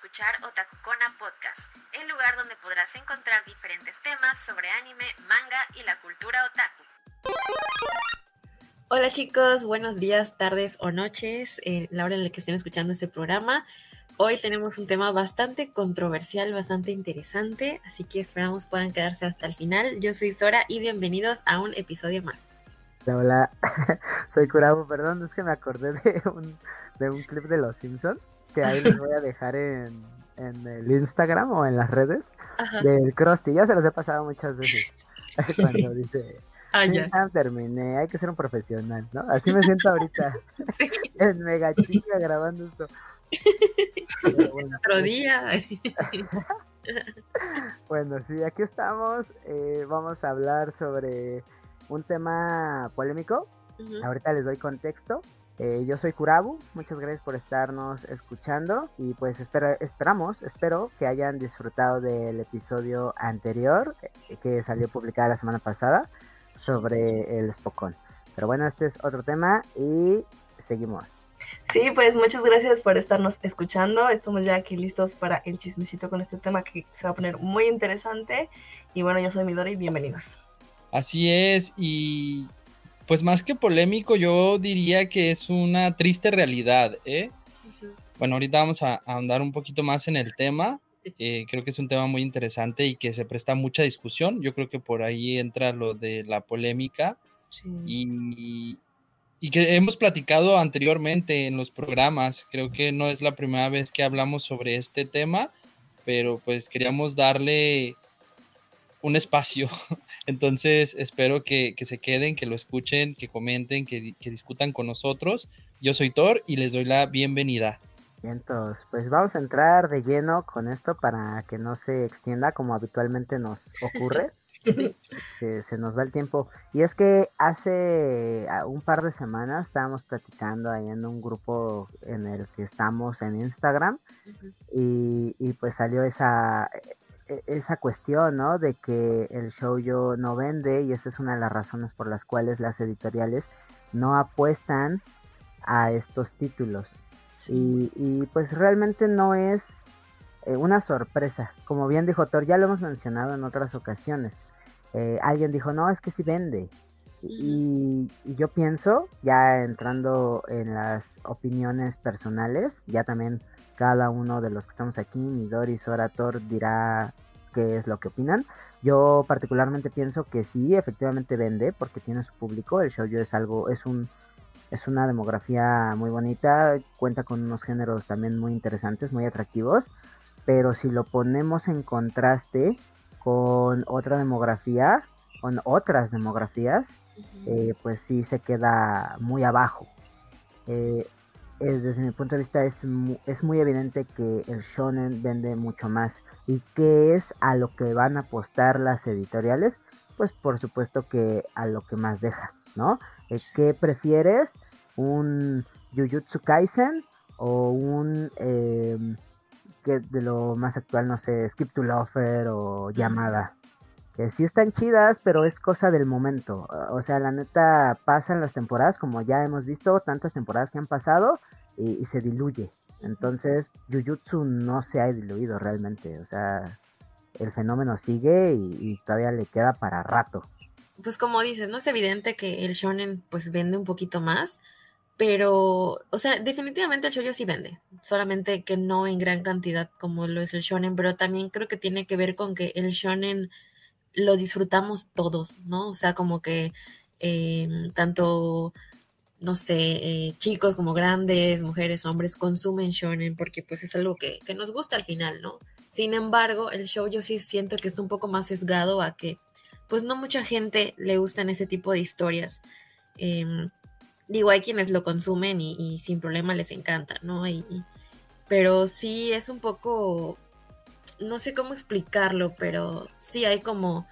escuchar Otakukona Podcast, el lugar donde podrás encontrar diferentes temas sobre anime, manga y la cultura otaku. Hola chicos, buenos días, tardes o noches, la hora en la que estén escuchando este programa. Hoy tenemos un tema bastante controversial, bastante interesante, así que esperamos puedan quedarse hasta el final. Yo soy Sora y bienvenidos a un episodio más. Hola, soy Kurabu, perdón, es que me acordé de un clip de Los Simpsons, que ahí les voy a dejar en el Instagram o en las redes, del Krusty, ya se los he pasado muchas veces, cuando dice, ya. Terminé, hay que ser un profesional, ¿no? Así me siento ahorita, Sí. en mega chinga grabando esto. Bueno, otro día. Bueno, sí, aquí estamos, vamos a hablar sobre un tema polémico. Ahorita les doy contexto. Yo soy Kurabu, muchas gracias por estarnos escuchando y pues espero que hayan disfrutado del episodio anterior que salió publicada la semana pasada sobre el Spokon. Pero bueno, este es otro tema y seguimos. Sí, pues muchas gracias por estarnos escuchando. Estamos ya aquí listos para el chismecito con este tema que se va a poner muy interesante. Y bueno, yo soy Midori, bienvenidos. Así es, y pues más que polémico, yo diría que es una triste realidad, ¿eh? Uh-huh. Bueno, ahorita vamos a ahondar un poquito más en el tema. Creo que es un tema muy interesante y que se presta mucha discusión. Yo creo que por ahí entra lo de la polémica. Sí. Y que hemos platicado anteriormente en los programas. Creo que no es la primera vez que hablamos sobre este tema, pero pues queríamos darle un espacio. Entonces espero que se queden, que lo escuchen, que comenten, que discutan con nosotros. Yo soy Thor y les doy la bienvenida. Bien, entonces, pues vamos a entrar de lleno con esto para que no se extienda como habitualmente nos ocurre. Sí. Que se nos va el tiempo. Y es que hace un par de semanas estábamos platicando ahí en un grupo en el que estamos en Instagram. Uh-huh. y pues salió esa cuestión, ¿no? De que el shoujo no vende, y esa es una de las razones por las cuales las editoriales no apuestan a estos títulos. Sí. Y pues realmente no es una sorpresa. Como bien dijo Thor, ya lo hemos mencionado en otras ocasiones. Alguien dijo, no, es que sí vende. Y yo pienso, ya entrando en las opiniones personales, ya también cada uno de los que estamos aquí, Midori, Sora, Thor, dirá qué es lo que opinan. Yo particularmente pienso que sí, efectivamente vende, porque tiene su público. El shoujo es una demografía muy bonita, cuenta con unos géneros también muy interesantes, muy atractivos, pero si lo ponemos en contraste con otra demografía, con otras demografías, pues sí se queda muy abajo. Desde mi punto de vista es muy evidente que el shonen vende mucho más. ¿Y qué es a lo que van a apostar las editoriales? Pues por supuesto que a lo que más deja, ¿no? ¿Qué prefieres? ¿Un Jujutsu Kaisen o un que de lo más actual, no sé, Skip to Lover o Yamada? Que sí están chidas, pero es cosa del momento. O sea, la neta, pasan las temporadas, como ya hemos visto, tantas temporadas que han pasado, y se diluye. Entonces, Jujutsu no se ha diluido realmente. O sea, el fenómeno sigue y todavía le queda para rato. Pues como dices, ¿no? Es evidente que el shonen pues vende un poquito más, pero, o sea, definitivamente el shoujo sí vende, solamente que no en gran cantidad como lo es el shonen, pero también creo que tiene que ver con que el shonen lo disfrutamos todos, ¿no? O sea, como que tanto, no sé, chicos como grandes, mujeres, hombres, consumen shonen porque pues es algo que nos gusta al final, ¿no? Sin embargo, el shoujo sí siento que está un poco más sesgado a que pues no mucha gente le gustan ese tipo de historias. Digo, hay quienes lo consumen y sin problema les encanta, ¿no? Pero sí es un poco, no sé cómo explicarlo, pero sí hay como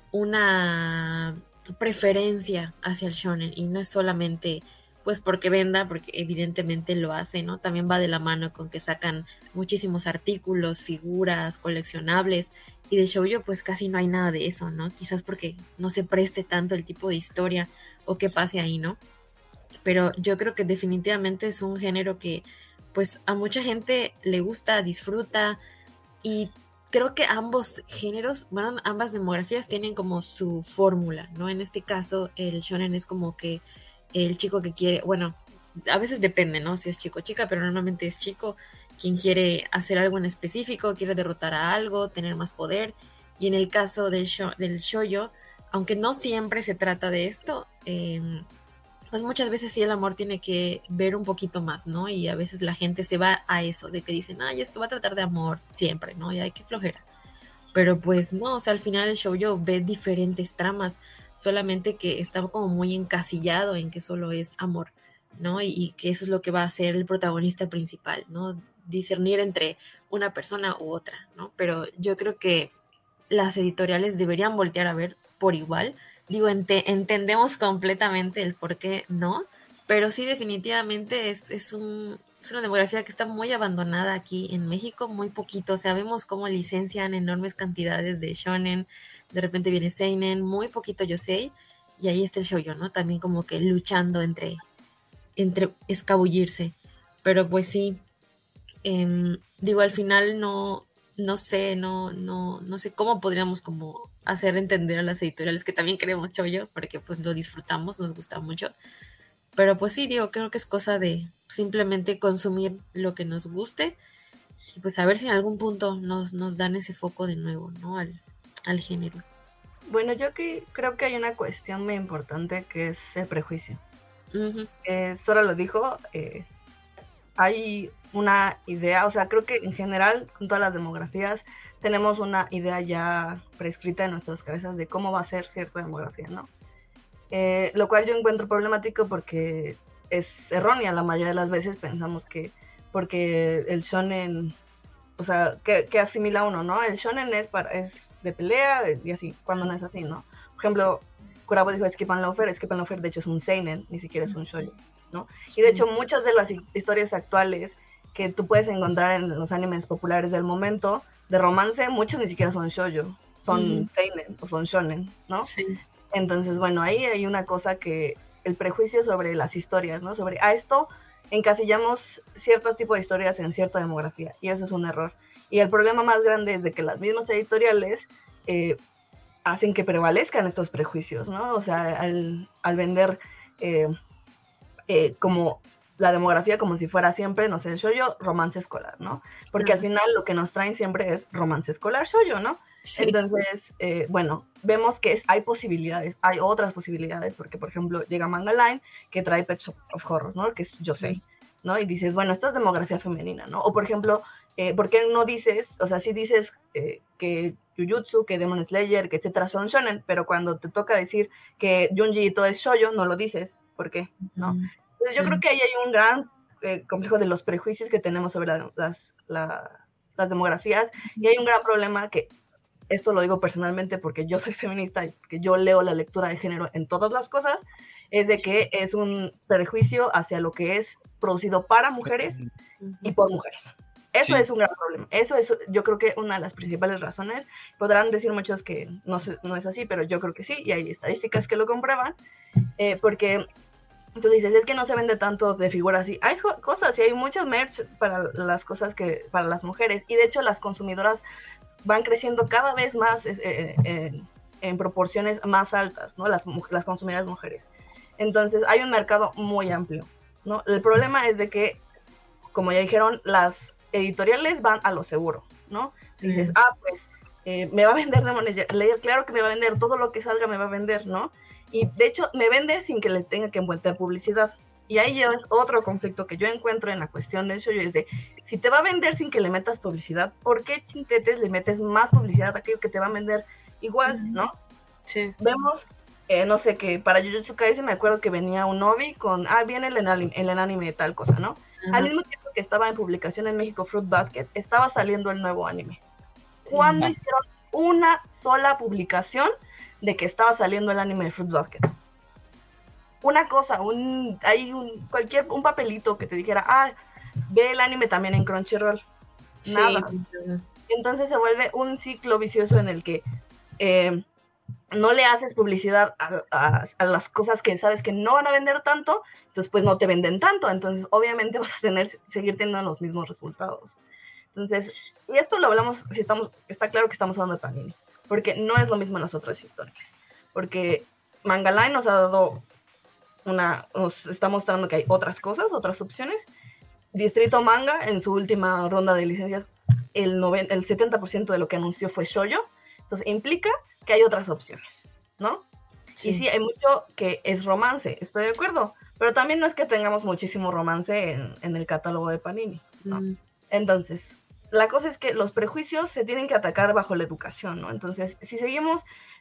una preferencia hacia el shonen y no es solamente pues porque venda, porque evidentemente lo hace, ¿no? También va de la mano con que sacan muchísimos artículos, figuras, coleccionables, y de shoujo pues casi no hay nada de eso, ¿no? Quizás porque no se preste tanto el tipo de historia o qué pase ahí, ¿no? Pero yo creo que definitivamente es un género que pues a mucha gente le gusta, disfruta, y creo que ambos géneros, bueno, ambas demografías tienen como su fórmula, ¿no? En este caso, el shonen es como que el chico que quiere, bueno, a veces depende, ¿no? Si es chico o chica, pero normalmente es chico quien quiere hacer algo en específico, quiere derrotar a algo, tener más poder. Y en el caso del shoujo, aunque no siempre se trata de esto, pues muchas veces sí el amor tiene que ver un poquito más, ¿no? Y a veces la gente se va a eso, de que dicen, ay, esto va a tratar de amor siempre, ¿no? Y hay que flojera. Pero pues no, o sea, al final el shoujo ve diferentes tramas, solamente que está como muy encasillado en que solo es amor, ¿no? Y que eso es lo que va a ser el protagonista principal, ¿no? Discernir entre una persona u otra, ¿no? Pero yo creo que las editoriales deberían voltear a ver por igual. Digo, entendemos completamente el por qué no, pero sí definitivamente es una demografía que está muy abandonada aquí en México, muy poquito. O sea, vemos cómo licencian enormes cantidades de shonen, de repente viene seinen, muy poquito yosei, y ahí está el shoujo, ¿no? También como que luchando entre escabullirse. Pero pues sí, digo, al final no sé cómo podríamos como hacer entender a las editoriales que también queremos shoujo, porque pues lo disfrutamos, nos gusta mucho. Pero pues sí, digo, creo que es cosa de simplemente consumir lo que nos guste y pues a ver si en algún punto nos dan ese foco de nuevo, ¿no? Al género. Bueno, yo creo que hay una cuestión muy importante que es el prejuicio. Uh-huh. Sora lo dijo, hay una idea, o sea, creo que en general con todas las demografías tenemos una idea ya prescrita en nuestras cabezas de cómo va a ser cierta demografía, ¿no? Lo cual yo encuentro problemático porque es errónea. La mayoría de las veces pensamos que porque el shonen, o sea, que asimila uno, ¿no? El shonen es de pelea y así, cuando no es así, ¿no? Por ejemplo, Kurabo dijo Skip and Loafer de hecho es un seinen, ni siquiera es un shoujo, ¿no? Y de hecho muchas de las historias actuales que tú puedes encontrar en los animes populares del momento de romance, muchos ni siquiera son shoujo, son seinen o son shonen, ¿no? Sí. Entonces, bueno, ahí hay una cosa que el prejuicio sobre las historias, ¿no? Sobre esto encasillamos cierto tipo de historias en cierta demografía, y eso es un error. Y el problema más grande es de que las mismas editoriales hacen que prevalezcan estos prejuicios, ¿no? O sea, al vender como la demografía como si fuera siempre, no sé, el shoujo, romance escolar, ¿no? Porque al final lo que nos traen siempre es romance escolar shoujo, ¿no? Sí. Entonces, bueno, vemos que hay posibilidades, hay otras posibilidades, porque por ejemplo llega Manga Line que trae Pet Shop of Horror, ¿no? Que es yosei, ¿no? Y dices, bueno, esto es demografía femenina, ¿no? O por ejemplo, ¿por qué no dices, o sea, sí dices que Jujutsu, que Demon Slayer, que etcétera son shonen, pero cuando te toca decir que Junji Ito es shoujo, no lo dices? ¿Por qué? ¿No? Entonces yo creo que ahí hay un gran complejo de los prejuicios que tenemos sobre las demografías, y hay un gran problema que, esto lo digo personalmente porque yo soy feminista y porque yo leo la lectura de género en todas las cosas, es de que es un prejuicio hacia lo que es producido para mujeres y por mujeres. Eso es un gran problema. Eso es, yo creo que una de las principales razones. Podrán decir muchos que no es así, pero yo creo que sí, y hay estadísticas que lo comprueban, porque tú dices, es que no se vende tanto de figuras, y hay cosas, y hay muchas merch para las cosas para las mujeres, y de hecho las consumidoras van creciendo cada vez más en proporciones más altas, ¿no? Las consumidoras mujeres. Entonces hay un mercado muy amplio, ¿no? El problema es de que, como ya dijeron, las editoriales van a lo seguro, ¿no? Sí. Dices, pues me va a vender Demon Slayer, claro que me va a vender, todo lo que salga me va a vender, ¿no? Y de hecho me vende sin que le tenga que meter publicidad. Y ahí es otro conflicto que yo encuentro en la cuestión del shoujo, es de, si te va a vender sin que le metas publicidad, ¿por qué chintetes le metes más publicidad a aquello que te va a vender igual, ¿no? Sí. Vemos, no sé, que para Jujutsu Kaisen me acuerdo que venía un obi con, viene el anime de tal cosa, ¿no? Al mismo tiempo que estaba en publicación en México Fruit Basket, estaba saliendo el nuevo anime. ¿Cuándo hicieron una sola publicación de que estaba saliendo el anime de Fruit Basket? Una cosa, un papelito que te dijera, ve el anime también en Crunchyroll. Nada. Sí. Entonces se vuelve un ciclo vicioso en el que no le haces publicidad a las cosas que sabes que no van a vender tanto, entonces pues no te venden tanto, entonces obviamente vas a seguir teniendo los mismos resultados. Entonces, y esto lo hablamos, está claro que estamos hablando de Panini, porque no es lo mismo en las otras editoriales, porque Manga Line nos ha dado nos está mostrando que hay otras cosas, otras opciones. Distrito Manga, en su última ronda de licencias, el 70% de lo que anunció fue shoujo, entonces implica que hay otras opciones, ¿no? Sí. Y sí, hay mucho que es romance, estoy de acuerdo, pero también no es que tengamos muchísimo romance en el catálogo de Panini, ¿no? Entonces, la cosa es que los prejuicios se tienen que atacar bajo la educación, ¿no? Entonces, si seguimos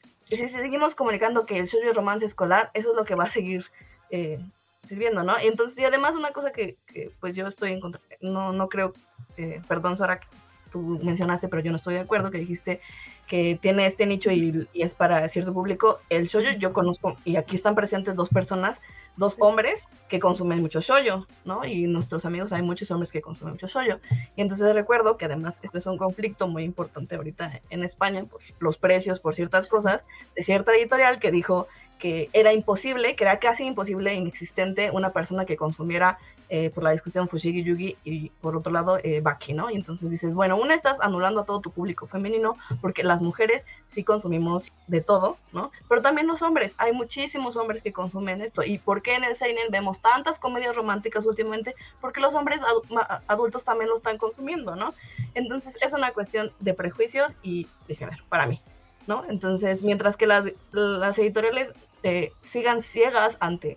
comunicando que el shoujo es romance escolar, eso es lo que va a seguir sirviendo, ¿no? Y entonces, y además una cosa que pues yo estoy en contra, no creo, perdón Sora, que tú mencionaste, pero yo no estoy de acuerdo, que dijiste que tiene este nicho y es para cierto público. El shoujo, yo conozco, y aquí están presentes dos hombres que consumen mucho shoujo, ¿no? Y nuestros amigos, hay muchos hombres que consumen mucho shoujo. Y entonces recuerdo que además esto es un conflicto muy importante ahorita en España, por los precios, por ciertas cosas, de cierta editorial que dijo que era imposible, que era casi imposible, inexistente, una persona que consumiera por la discusión Fushigi Yugi y por otro lado Baki, ¿no? Y entonces dices, bueno, una estás anulando a todo tu público femenino porque las mujeres sí consumimos de todo, ¿no? Pero también los hombres, hay muchísimos hombres que consumen esto. ¿Y por qué en el seinen vemos tantas comedias románticas últimamente? Porque los hombres adultos también lo están consumiendo, ¿no? Entonces es una cuestión de prejuicios y de género, para mí, ¿no? Entonces, mientras que las editoriales sigan ciegas ante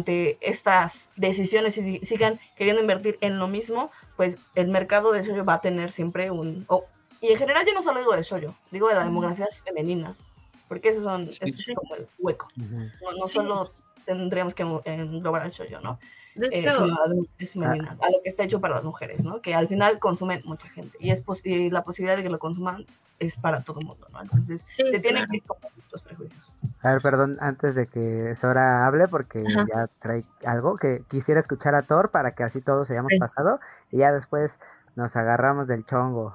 estas decisiones y sigan queriendo invertir en lo mismo, pues el mercado de shoujo va a tener siempre y en general yo no solo digo de shoujo, digo de las demografías femeninas, porque eso es como el hueco. No solo tendríamos que englobar al shoujo, ¿no? De hecho, femeninas, a lo que está hecho para las mujeres, ¿no? Que al final consumen mucha gente y la posibilidad de que lo consuman es para todo el mundo, ¿no? Entonces se tienen que ir con estos prejuicios. A ver, perdón, antes de que Sora hable, porque ya trae algo que quisiera escuchar a Thor para que así todos hayamos pasado y ya después nos agarramos del chongo.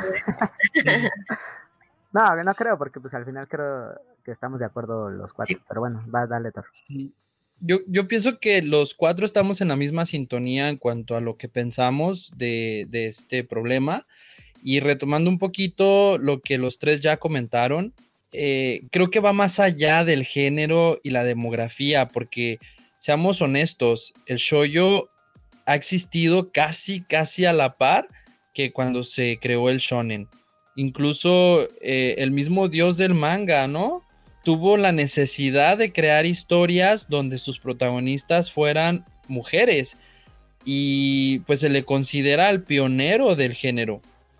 No creo, porque pues al final creo que estamos de acuerdo los cuatro, pero bueno, dale Thor. Sí. Yo pienso que los cuatro estamos en la misma sintonía en cuanto a lo que pensamos de este problema, y retomando un poquito lo que los tres ya comentaron, creo que va más allá del género y la demografía, porque seamos honestos, el shoujo ha existido casi a la par que cuando se creó el shonen. Incluso el mismo dios del manga, ¿no? Tuvo la necesidad de crear historias donde sus protagonistas fueran mujeres, y pues se le considera el pionero del género,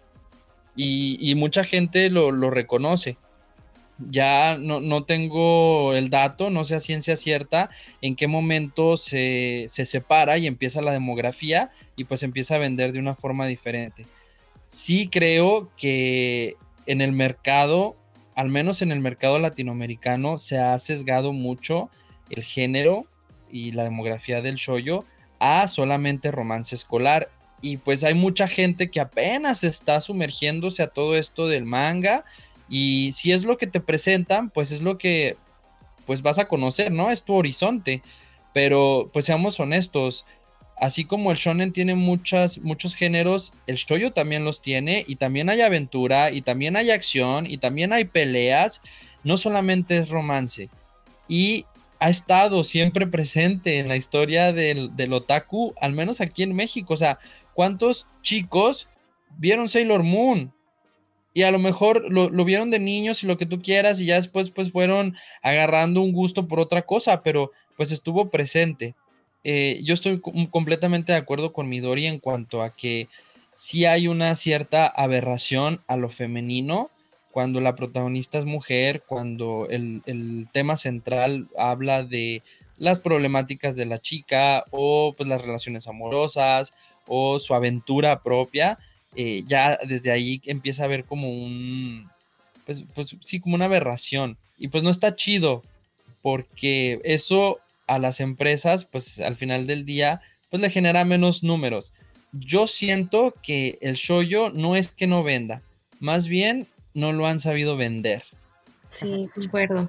y mucha gente lo reconoce. Ya no tengo el dato, no sé a ciencia cierta en qué momento se separa y empieza la demografía y pues empieza a vender de una forma diferente. Sí creo que en el mercado, al menos en el mercado latinoamericano, se ha sesgado mucho el género y la demografía del shoujo a solamente romance escolar, y pues hay mucha gente que apenas está sumergiéndose a todo esto del manga, y si es lo que te presentan, pues es lo que pues vas a conocer, ¿no? Es tu horizonte. Pero pues seamos honestos, así como el shonen tiene muchos géneros, el shoujo también los tiene, y también hay aventura, y también hay acción, y también hay peleas, no solamente es romance. Y ha estado siempre presente en la historia del otaku, al menos aquí en México. O sea, ¿cuántos chicos vieron Sailor Moon? Y a lo mejor lo vieron de niños y lo que tú quieras, y ya después pues fueron agarrando un gusto por otra cosa, pero pues estuvo presente. Yo estoy completamente de acuerdo con Midori en cuanto a que sí hay una cierta aberración a lo femenino cuando la protagonista es mujer, cuando el tema central habla de las problemáticas de la chica, o pues las relaciones amorosas, o su aventura propia. Ya desde ahí empieza a haber como pues sí, como una aberración, y pues no está chido, porque eso a las empresas, pues al final del día, pues le genera menos números. Yo siento que el shoujo no es que no venda, más bien no lo han sabido vender. Sí, concuerdo.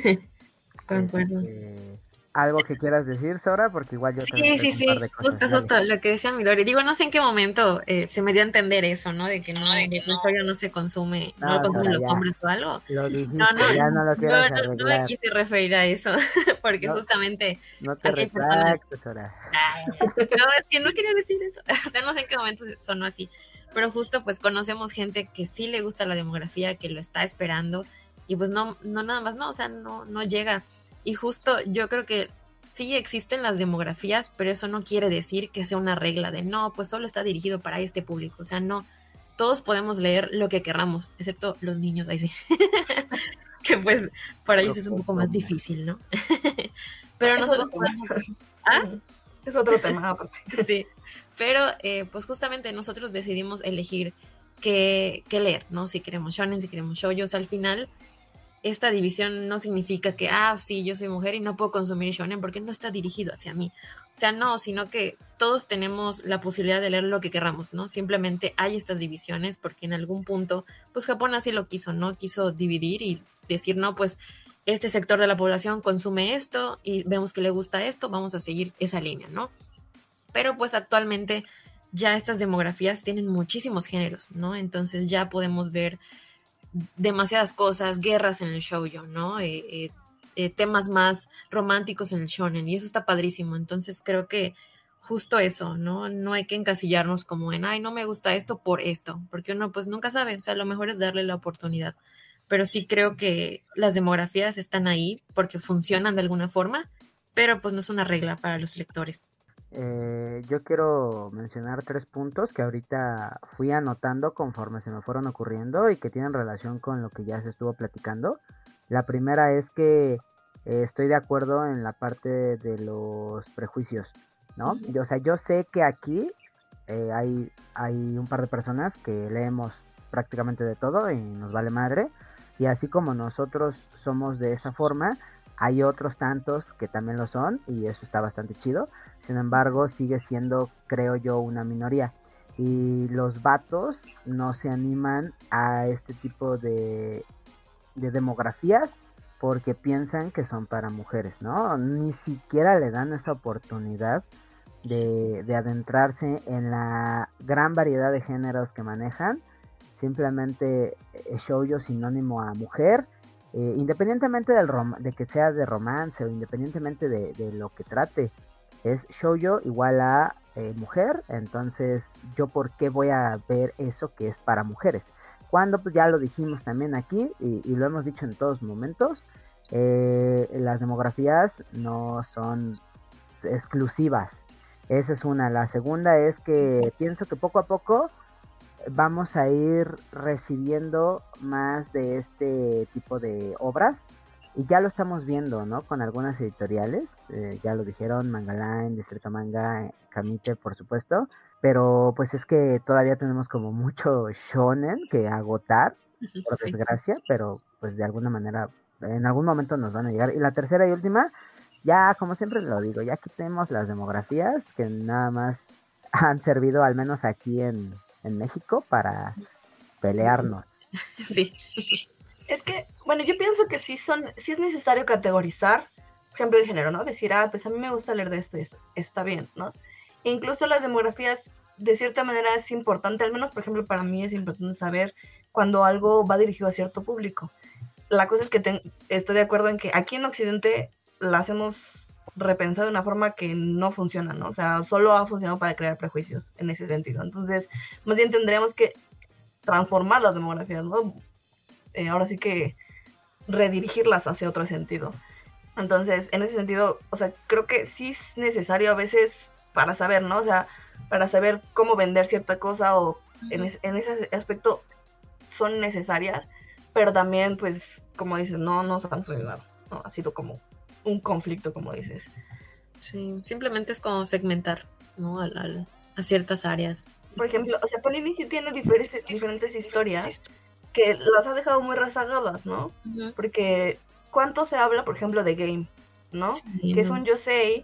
Concuerdo. ¿Algo que quieras decir, Sora? Porque igual yo también tengo un par de cosas. Justo lo que decía Midori. Digo, no sé en qué momento se me dio a entender eso, ¿no? De que no, de que el shoujo no se consume, no lo consumen los hombres o algo. Lo dijiste, ya no lo quieras arreglar. No me quise referir a eso, porque justamente... No te retractes, Sora. No, es que no quería decir eso. O sea, no sé en qué momento sonó así. Pero justo pues conocemos gente que sí le gusta la demografía, que lo está esperando, y pues no nada más, no, o sea, no llega. Y justo yo creo que sí existen las demografías, pero eso no quiere decir que sea una regla de no, pues solo está dirigido para este público. O sea, no, todos podemos leer lo que querramos, excepto los niños, ahí sí. Que pues para ellos es un poco más difícil, ¿no? Pero nosotros podemos... ¿Ah? Es otro tema aparte. Sí, pero pues justamente nosotros decidimos elegir qué leer, ¿no? Si queremos shonen, si queremos shoujos, al final esta división no significa que, sí, yo soy mujer y no puedo consumir shonen porque no está dirigido hacia mí. O sea, no, sino que todos tenemos la posibilidad de leer lo que queramos, ¿no? Simplemente hay estas divisiones porque en algún punto, pues Japón así lo quiso, ¿no? Quiso dividir y decir, no, pues este sector de la población consume esto y vemos que le gusta esto, vamos a seguir esa línea, ¿no? Pero pues actualmente ya estas demografías tienen muchísimos géneros, ¿no? Entonces ya podemos ver demasiadas cosas, guerras en el shoujo, ¿no? Temas más románticos en el shonen, y eso está padrísimo. Entonces creo que justo eso, ¿no? No hay que encasillarnos como en, no me gusta esto por esto, porque uno pues nunca sabe, o sea, lo mejor es darle la oportunidad. Pero sí creo que las demografías están ahí porque funcionan de alguna forma, pero pues no es una regla para los lectores. Yo quiero mencionar 3 puntos que ahorita fui anotando conforme se me fueron ocurriendo y que tienen relación con lo que ya se estuvo platicando. La primera es que estoy de acuerdo en la parte de los prejuicios, ¿no? O sea, yo sé que aquí hay un par de personas que leemos prácticamente de todo y nos vale madre, y así como nosotros somos de esa forma, hay otros tantos que también lo son y eso está bastante chido. Sin embargo, sigue siendo, creo yo, una minoría. Y los vatos no se animan a este tipo de demografías porque piensan que son para mujeres, ¿no? Ni siquiera le dan esa oportunidad de adentrarse en la gran variedad de géneros que manejan. Simplemente shoujo sinónimo a mujer. Independientemente de que sea de romance o independientemente de lo que trate, es shoujo igual a mujer. Entonces yo por qué voy a ver eso que es para mujeres, cuando pues ya lo dijimos también aquí y lo hemos dicho en todos momentos, las demografías no son exclusivas. Esa es una. La segunda es que pienso que poco a poco vamos a ir recibiendo más de este tipo de obras y ya lo estamos viendo, ¿no? Con algunas editoriales, ya lo dijeron, Mangaline, Desierto Manga, Kamite, por supuesto, pero pues es que todavía tenemos como mucho shonen que agotar, por desgracia, pero pues de alguna manera en algún momento nos van a llegar. Y la tercera y última, ya como siempre lo digo, ya quitemos las demografías que nada más han servido, al menos aquí en México, para pelearnos. Sí. Es que, bueno, yo pienso que sí es necesario categorizar, por ejemplo, el género, ¿no? Decir, pues a mí me gusta leer de esto y esto, está bien, ¿no? E incluso las demografías, de cierta manera, es importante, al menos, por ejemplo, para mí es importante saber cuando algo va dirigido a cierto público. La cosa es que estoy de acuerdo en que aquí en Occidente las hemos repensado de una forma que no funciona, ¿no? O sea, solo ha funcionado para crear prejuicios en ese sentido. Entonces, más bien tendríamos que transformar las demografías, ¿no? Ahora sí que redirigirlas hacia otro sentido. Entonces, en ese sentido, o sea, creo que sí es necesario a veces para saber, ¿no? O sea, para saber cómo vender cierta cosa o en ese aspecto son necesarias, pero también, pues, como dices, no nos han fregado, ¿no? Ha sido como un conflicto, como dices. Sí, simplemente es como segmentar, ¿no? A ciertas áreas. Por ejemplo, o sea, Panini sí tiene diferentes historias que las ha dejado muy rezagadas, ¿no? Uh-huh. Porque ¿cuánto se habla, por ejemplo, de Game, ¿no? Sí, que es un yosei,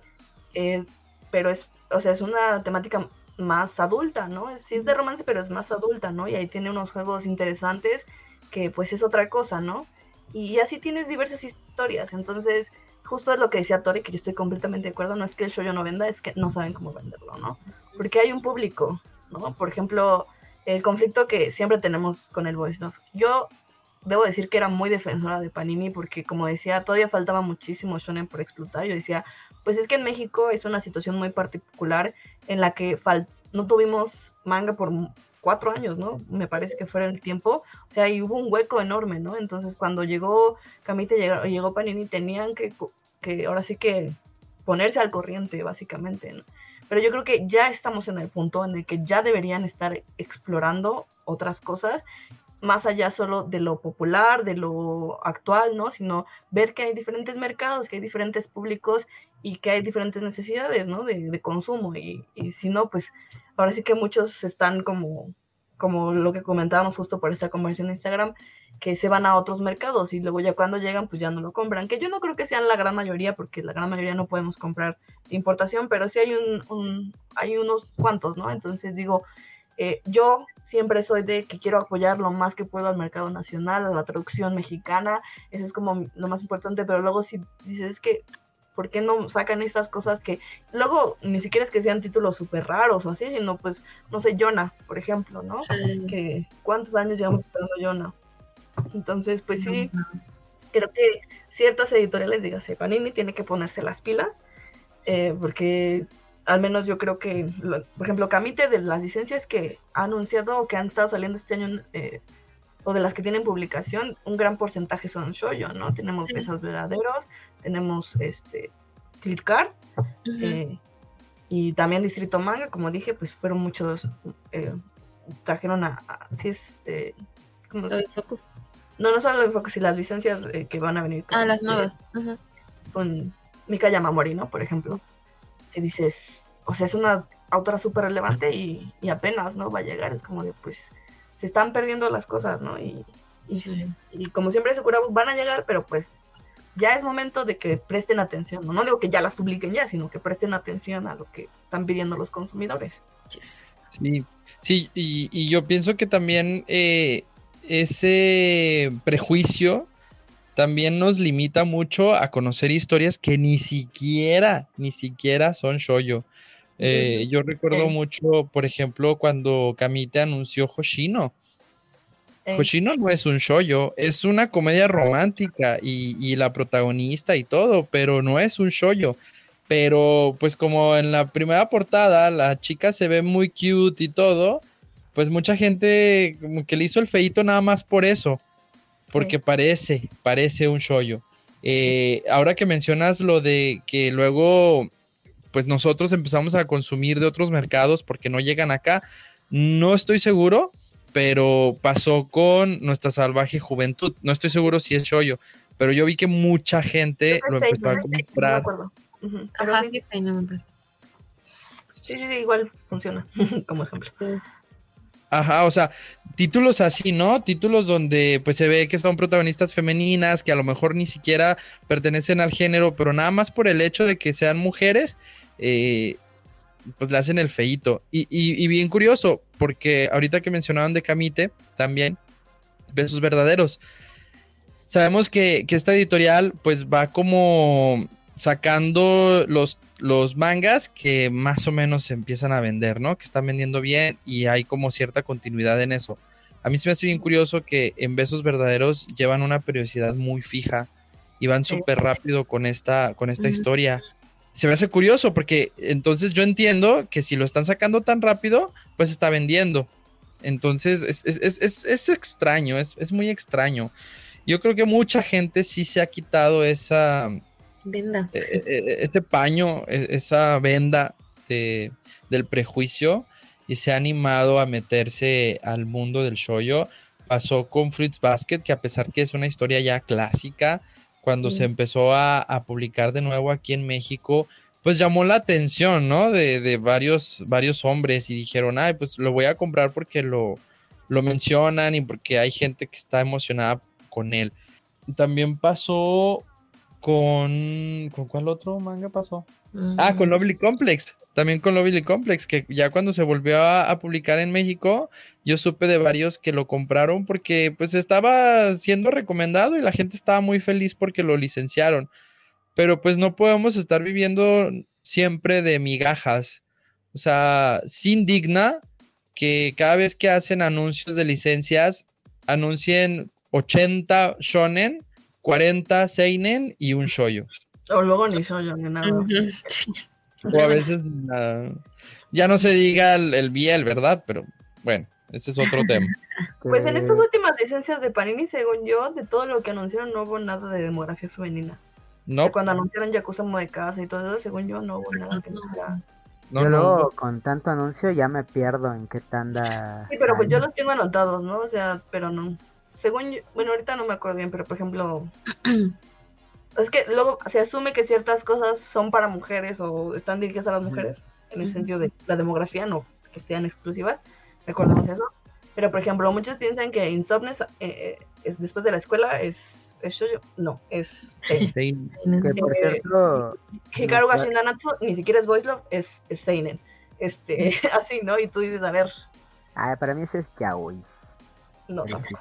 pero es una temática más adulta, ¿no? Sí es de romance, pero es más adulta, ¿no? Y ahí tiene unos juegos interesantes que pues es otra cosa, ¿no? y así tienes diversas historias. Entonces, justo es lo que decía Tori, que yo estoy completamente de acuerdo, no es que el shoujo no venda, es que no saben cómo venderlo, ¿no? Porque hay un público, ¿no? Por ejemplo, el conflicto que siempre tenemos con el voice novel. Yo debo decir que era muy defensora de Panini porque, como decía, todavía faltaba muchísimo shonen por explotar. Yo decía, pues es que en México es una situación muy particular en la que no tuvimos manga por 4 años, ¿no? Me parece que fuera el tiempo. O sea, y hubo un hueco enorme, ¿no? Entonces, cuando llegó Kamite, llegó Panini, tenían que ahora sí que ponerse al corriente, básicamente, ¿no? Pero yo creo que ya estamos en el punto en el que ya deberían estar explorando otras cosas, más allá solo de lo popular, de lo actual, ¿no? Sino ver que hay diferentes mercados, que hay diferentes públicos y que hay diferentes necesidades, ¿no? De consumo. Y si no, pues ahora sí que muchos están como lo que comentábamos justo por esta conversación de Instagram, que se van a otros mercados y luego ya cuando llegan pues ya no lo compran, que yo no creo que sean la gran mayoría, porque la gran mayoría no podemos comprar de importación, pero sí hay hay unos cuantos, ¿no? Entonces digo, yo siempre soy de que quiero apoyar lo más que puedo al mercado nacional, a la traducción mexicana, eso es como lo más importante, pero luego si dices, es que ¿por qué no sacan estas cosas que luego ni siquiera es que sean títulos súper raros o así, sino pues, no sé, Yona, por ejemplo, ¿no? Sí. Que ¿cuántos años llevamos esperando Yona? Entonces, pues sí, creo que ciertas editoriales, dígase, Panini tiene que ponerse las pilas, porque al menos yo creo que, por ejemplo, Kamite, de las licencias que ha anunciado o que han estado saliendo este año, o de las que tienen publicación, un gran porcentaje son shoujo, ¿no? Tenemos Besos Verdaderos, tenemos Clipcart, y también Distrito Manga, como dije, pues fueron muchos, trajeron sí es, ¿cómo? Focus. No solo el Focus y las licencias que van a venir con, las nuevas. Con Mika Yamamori, ¿no? Por ejemplo, que dices, o sea, es una autora súper relevante y apenas, ¿no? Va a llegar, es como de, pues, se están perdiendo las cosas, ¿no? Y como siempre Sakura van a llegar, pero pues ya es momento de que presten atención, ¿no? No digo que ya las publiquen ya, sino que presten atención a lo que están pidiendo los consumidores. Sí, y yo pienso que también ese prejuicio también nos limita mucho a conocer historias que ni siquiera son shoujo. Yo recuerdo mucho, por ejemplo, cuando Kamite anunció Hoshino. Hoshino no es un shoujo, es una comedia romántica y la protagonista y todo, pero no es un shoujo. Pero pues como en la primera portada la chica se ve muy cute y todo, pues mucha gente como que le hizo el feíto nada más por eso, porque parece un shoujo. Ahora que mencionas lo de que luego pues nosotros empezamos a consumir de otros mercados porque no llegan acá, no estoy seguro, pero pasó con Nuestra Salvaje Juventud. No estoy seguro si es shoujo, pero yo vi que mucha gente lo empezó a comprar. Ajá, sí, igual funciona como ejemplo. Ajá, o sea, títulos así, ¿no? Títulos donde pues se ve que son protagonistas femeninas, que a lo mejor ni siquiera pertenecen al género, pero nada más por el hecho de que sean mujeres, pues le hacen el feíto. Y bien curioso, porque ahorita que mencionaban de Kamite, también, Besos Verdaderos. Sabemos que esta editorial pues va como sacando los mangas que más o menos se empiezan a vender, ¿no? Que están vendiendo bien y hay como cierta continuidad en eso. A mí se me hace bien curioso que en Besos Verdaderos llevan una periodicidad muy fija y van súper rápido con esta historia. Se me hace curioso porque entonces yo entiendo que si lo están sacando tan rápido, pues está vendiendo. Entonces es extraño, es muy extraño. Yo creo que mucha gente sí se ha quitado esa venda, este paño, esa venda del prejuicio y se ha animado a meterse al mundo del shoujo. Pasó con Fruits Basket, que a pesar que es una historia ya clásica, cuando se empezó a publicar de nuevo aquí en México, pues llamó la atención, ¿no? De varios hombres y dijeron, ay, pues lo voy a comprar porque lo mencionan y porque hay gente que está emocionada con él. También pasó con ¿cuál otro manga pasó? Con Lovely Complex. también con Lovely Complex, que ya cuando se volvió a publicar en México, yo supe de varios que lo compraron porque pues estaba siendo recomendado y la gente estaba muy feliz porque lo licenciaron. Pero pues no podemos estar viviendo siempre de migajas. O sea, sí indigna que cada vez que hacen anuncios de licencias, anuncien 80 shonen, 40 seinen y un shoujo. O luego ni shoujo ni nada. O a veces ya no se diga el biel, ¿verdad? Pero bueno, ese es otro tema. Pues en estas últimas licencias de Panini, según yo, de todo lo que anunciaron no hubo nada de demografía femenina. No. O sea, cuando anunciaron Yakuza Mo de Casa y todo eso, según yo, no hubo nada que fuera. Yo luego con tanto anuncio ya me pierdo en qué tanda. Sí, pero pues yo los tengo anotados, ¿no? O sea, pero no. Según yo, bueno, ahorita no me acuerdo bien, pero por ejemplo, es que luego se asume que ciertas cosas son para mujeres o están dirigidas a las mujeres, en el sentido de la demografía, no que sean exclusivas, recordemos eso. Pero por ejemplo, muchos piensan que Insomnes es después de la escuela es shoujo, no, es seinen. Que por cierto, Hikaru ga Shindanatsu ni siquiera es Boys Love, es seinen. Así, ¿no? Y tú dices, a ver. Para mí ese es yaois. No.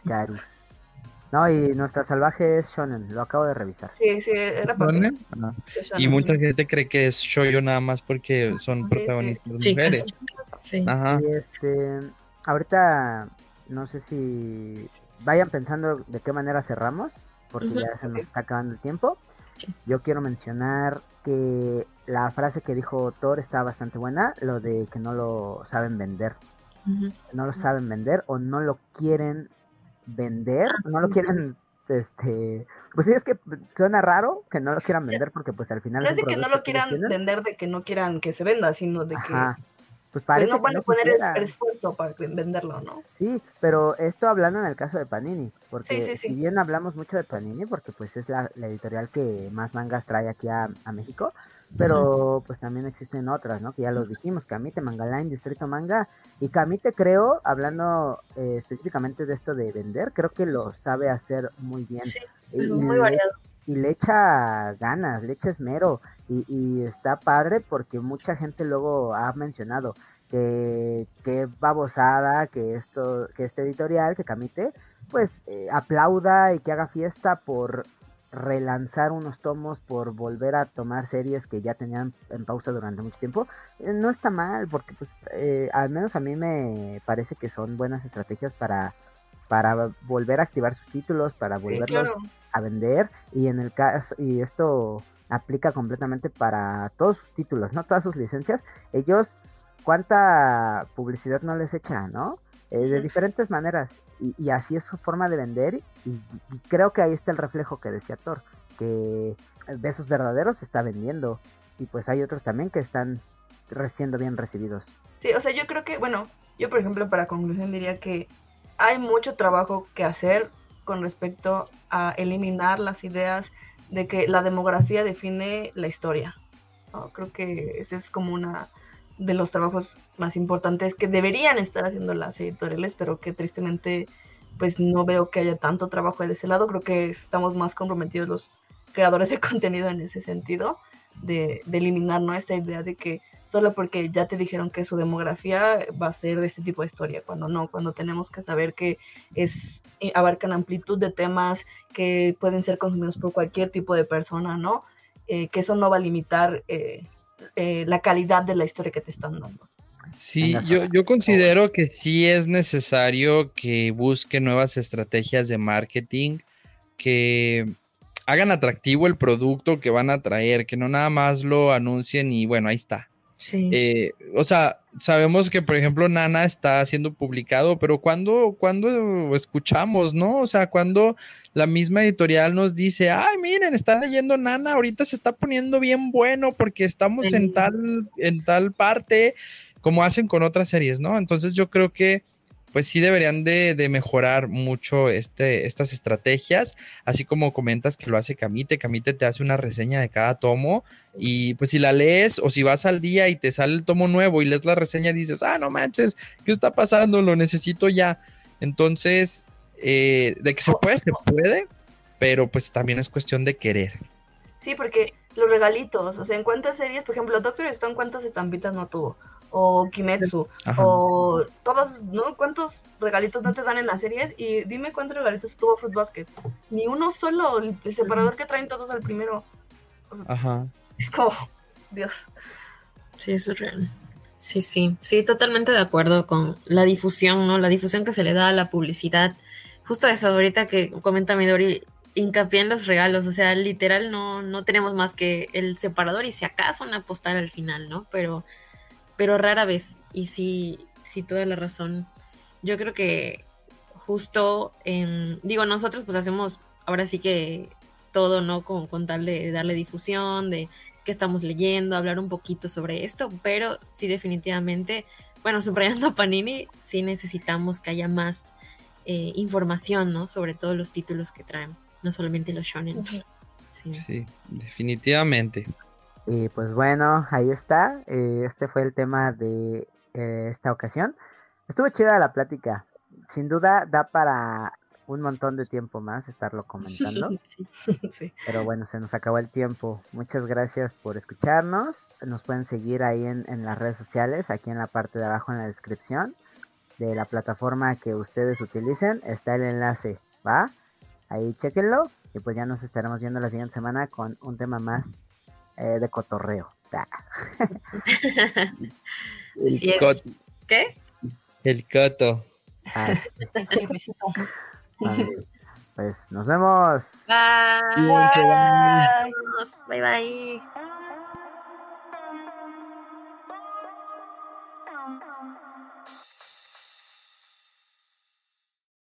No, y Nuestra Salvaje es shonen, lo acabo de revisar. Sí, era para y mucha gente cree que es shoujo nada más porque son protagonistas mujeres. Sí. Ajá. Y ahorita no sé si vayan pensando de qué manera cerramos, porque ya se nos está acabando el tiempo. Yo quiero mencionar que la frase que dijo Thor está bastante buena, lo de que no lo saben vender. No lo saben vender o no lo quieren vender, no lo quieren, pues sí, es que suena raro que no lo quieran vender porque pues al final no es de que no lo quieran vender, de que no quieran que se venda, sino de que pues parece no van que a poner el esfuerzo para venderlo, ¿no? Sí, pero esto hablando en el caso de Panini, porque sí. si bien hablamos mucho de Panini, porque pues es la editorial que más mangas trae aquí a México, pero pues también existen otras, ¿no? Que ya lo dijimos, Kamite, Mangaline, Distrito Manga, y Kamite creo, hablando específicamente de esto de vender, creo que lo sabe hacer muy bien. Sí, muy variado. Y le echa ganas, le echa esmero, y está padre porque mucha gente luego ha mencionado que babosada, que este editorial, que Kamite, pues aplauda y que haga fiesta por relanzar unos tomos, por volver a tomar series que ya tenían en pausa durante mucho tiempo. No está mal, porque pues al menos a mí me parece que son buenas estrategias para volver a activar sus títulos, para volverlos a vender, y en el caso, y esto aplica completamente para todos sus títulos, ¿no? Todas sus licencias, ellos cuánta publicidad no les echa, ¿no? De diferentes maneras, y así es su forma de vender, y creo que ahí está el reflejo que decía Thor, que Besos Verdaderos se está vendiendo, y pues hay otros también que están siendo bien recibidos. Sí, o sea, yo creo que, bueno, yo por ejemplo para conclusión diría que hay mucho trabajo que hacer con respecto a eliminar las ideas de que la demografía define la historia, ¿no? Creo que ese es como una de los trabajos más importantes que deberían estar haciendo las editoriales, pero que tristemente pues no veo que haya tanto trabajo de ese lado. Creo que estamos más comprometidos los creadores de contenido en ese sentido, de eliminar, ¿no?, esta idea de que solo porque ya te dijeron que su demografía va a ser de este tipo de historia, cuando no, cuando tenemos que saber que abarcan amplitud de temas que pueden ser consumidos por cualquier tipo de persona, ¿no? Que eso no va a limitar la calidad de la historia que te están dando. Sí, yo considero que sí es necesario que busquen nuevas estrategias de marketing, que hagan atractivo el producto que van a traer, que no nada más lo anuncien y bueno, ahí está. Sí. O sea, sabemos que, por ejemplo, Nana está siendo publicado, pero ¿cuándo escuchamos, no? O sea, cuando la misma editorial nos dice, ay, miren, está leyendo Nana, ahorita se está poniendo bien bueno porque estamos en tal parte, como hacen con otras series, ¿no? Entonces yo creo que pues sí deberían de mejorar mucho estas estrategias, así como comentas que lo hace Kamite. Kamite te hace una reseña de cada tomo y pues si la lees o si vas al día y te sale el tomo nuevo y lees la reseña dices, no manches, ¿qué está pasando? Lo necesito ya. Entonces, de que se puede, pero pues también es cuestión de querer. Sí, porque los regalitos, o sea, en cuántas series, por ejemplo, Doctor Stone, ¿cuántas estampitas no tuvo? O Kimetsu, Ajá. o todos, ¿no? ¿Cuántos regalitos no te dan en las series? Y dime cuántos regalitos tuvo Fruit Basket. Ni uno solo, el separador que traen todos al primero. O sea, Ajá. es como, Dios. Sí, eso es real. Sí, sí, sí, totalmente de acuerdo con la difusión, ¿no? La difusión que se le da a la publicidad. Justo eso, ahorita que comenta Midori, hincapié en los regalos, o sea, literal no tenemos más que el separador y si acaso una postal al final, ¿no? Pero rara vez, y sí, sí, toda la razón. Yo creo que justo, digo, nosotros pues hacemos ahora sí que todo, ¿no? Con tal de darle difusión, de qué estamos leyendo, hablar un poquito sobre esto, pero sí definitivamente, bueno, subrayando a Panini, sí necesitamos que haya más información, ¿no? Sobre todos los títulos que traen, no solamente los shonen. Sí. Sí, definitivamente. Y pues bueno, ahí está. Este fue el tema de esta ocasión. Estuvo chida la plática. Sin duda da para un montón de tiempo más estarlo comentando. Sí. Sí. Pero bueno, se nos acabó el tiempo. Muchas gracias por escucharnos. Nos pueden seguir ahí en las redes sociales, aquí en la parte de abajo en la descripción de la plataforma que ustedes utilicen. Está el enlace, ¿va? Ahí chéquenlo. Y pues ya nos estaremos viendo la siguiente semana con un tema más de cotorreo. El Sí, coto. ¿qué? El coto. Sí, besito. Vale, pues nos vemos. Bye. Cuídense, bye. Bye. Bye bye.